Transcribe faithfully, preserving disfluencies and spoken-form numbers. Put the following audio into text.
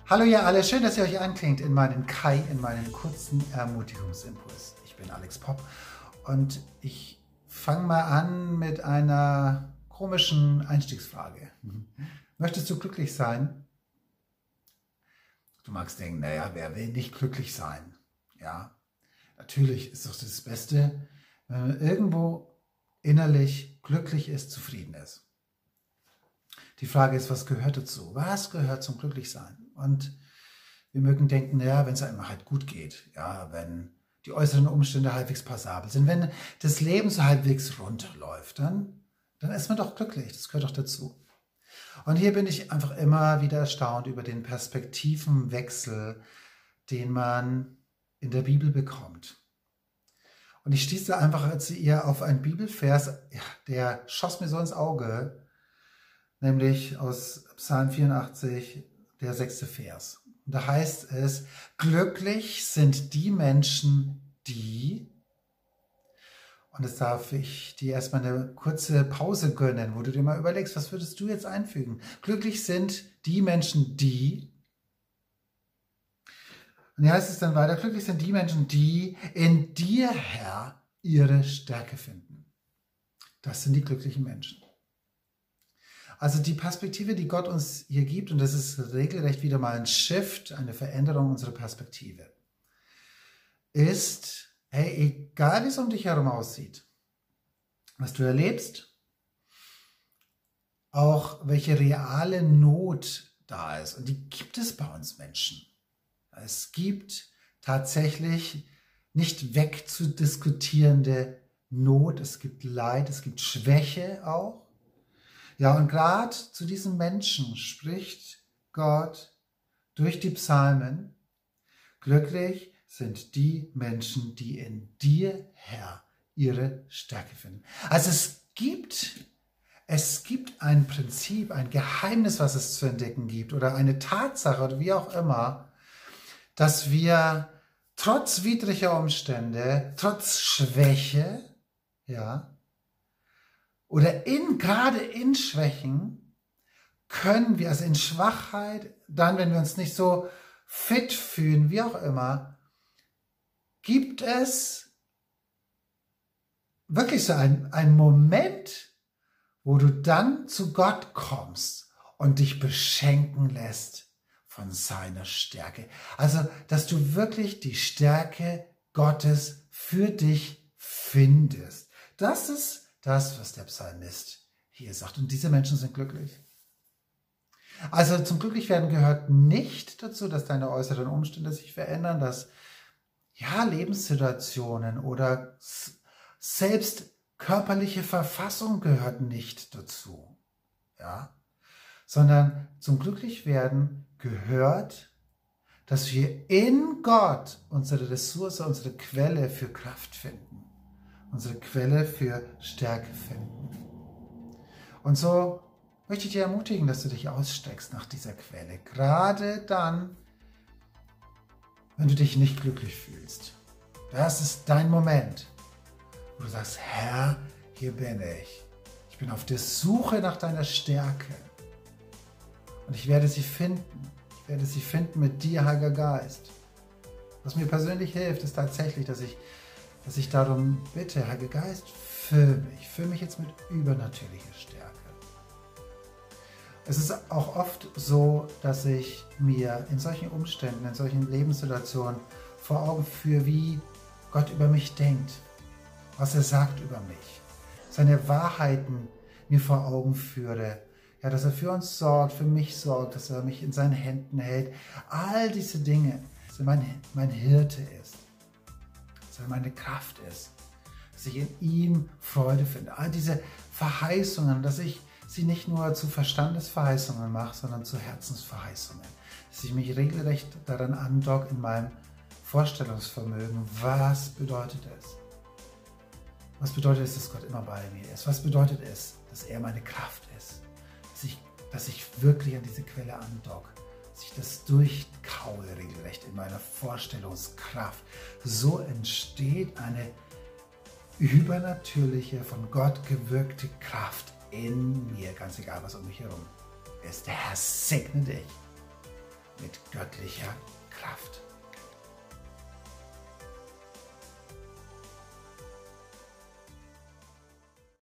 Hallo ihr alle, schön, dass ihr euch anklingt in meinen Kai, in meinen kurzen Ermutigungsimpuls. Ich bin Alex Popp und ich fange mal an mit einer komischen Einstiegsfrage. Möchtest du glücklich sein? Du magst denken, naja, wer will nicht glücklich sein? Ja, natürlich ist doch das Beste, wenn man irgendwo innerlich glücklich ist, zufrieden ist. Die Frage ist, was gehört dazu? Was gehört zum Glücklichsein? Und wir mögen denken, naja, wenn es einem halt gut geht, ja, wenn die äußeren Umstände halbwegs passabel sind, wenn das Leben so halbwegs rund läuft, dann, dann ist man doch glücklich, das gehört doch dazu. Und hier bin ich einfach immer wieder erstaunt über den Perspektivenwechsel, den man in der Bibel bekommt. Und ich stieß da einfach als ihr auf einen Bibelvers, ja, der schoss mir so ins Auge, nämlich aus Psalm vierundachtzig, der sechste Vers. Und da heißt es, glücklich sind die Menschen, die, und jetzt darf ich dir erstmal eine kurze Pause gönnen, wo du dir mal überlegst, was würdest du jetzt einfügen? Glücklich sind die Menschen, die, und hier heißt es dann weiter, glücklich sind die Menschen, die in dir, Herr, ihre Stärke finden. Das sind die glücklichen Menschen. Also die Perspektive, die Gott uns hier gibt, und das ist regelrecht wieder mal ein Shift, eine Veränderung unserer Perspektive, ist, hey, egal wie es um dich herum aussieht, was du erlebst, auch welche reale Not da ist, und die gibt es bei uns Menschen. Es gibt tatsächlich nicht wegzudiskutierende Not, es gibt Leid, es gibt Schwäche auch. Ja, und gerade zu diesen Menschen spricht Gott durch die Psalmen, glücklich sind die Menschen, die in dir, Herr, ihre Stärke finden. Also es gibt, es gibt ein Prinzip, ein Geheimnis, was es zu entdecken gibt, oder eine Tatsache oder wie auch immer, dass wir trotz widriger Umstände, trotz Schwäche, ja, oder in, gerade in Schwächen können wir, also in Schwachheit, dann, wenn wir uns nicht so fit fühlen, wie auch immer, gibt es wirklich so einen, einen Moment, wo du dann zu Gott kommst und dich beschenken lässt von seiner Stärke. Also, dass du wirklich die Stärke Gottes für dich findest. Das ist das, was der Psalmist hier sagt. Und diese Menschen sind glücklich. Also zum Glücklichwerden gehört nicht dazu, dass deine äußeren Umstände sich verändern, dass ja Lebenssituationen oder selbst körperliche Verfassung gehört nicht dazu. Ja? Sondern zum Glücklichwerden gehört, dass wir in Gott unsere Ressource, unsere Quelle für Kraft finden. Unsere Quelle für Stärke finden. Und so möchte ich dich ermutigen, dass du dich ausstreckst nach dieser Quelle. Gerade dann, wenn du dich nicht glücklich fühlst. Das ist dein Moment, wo du sagst, Herr, hier bin ich. Ich bin auf der Suche nach deiner Stärke. Und ich werde sie finden. Ich werde sie finden mit dir, Heiliger Geist. Was mir persönlich hilft, ist tatsächlich, dass ich dass ich darum bitte, Heiliger Geist, füll mich, füll mich jetzt mit übernatürlicher Stärke. Es ist auch oft so, dass ich mir in solchen Umständen, in solchen Lebenssituationen vor Augen führe, wie Gott über mich denkt, was er sagt über mich, seine Wahrheiten mir vor Augen führe, ja, dass er für uns sorgt, für mich sorgt, dass er mich in seinen Händen hält, all diese Dinge, dass er mein, mein Hirte ist. Dass er meine Kraft ist, dass ich in ihm Freude finde. All diese Verheißungen, dass ich sie nicht nur zu Verstandesverheißungen mache, sondern zu Herzensverheißungen. Dass ich mich regelrecht daran andocke in meinem Vorstellungsvermögen. Was bedeutet es? Was bedeutet es, dass Gott immer bei mir ist? Was bedeutet es, dass er meine Kraft ist? Dass ich, dass ich wirklich an diese Quelle andocke. Dass ich das durchkaue regelrecht in meiner Vorstellungskraft. So entsteht eine übernatürliche, von Gott gewirkte Kraft in mir, ganz egal, was um mich herum ist. Der Herr segne dich mit göttlicher Kraft.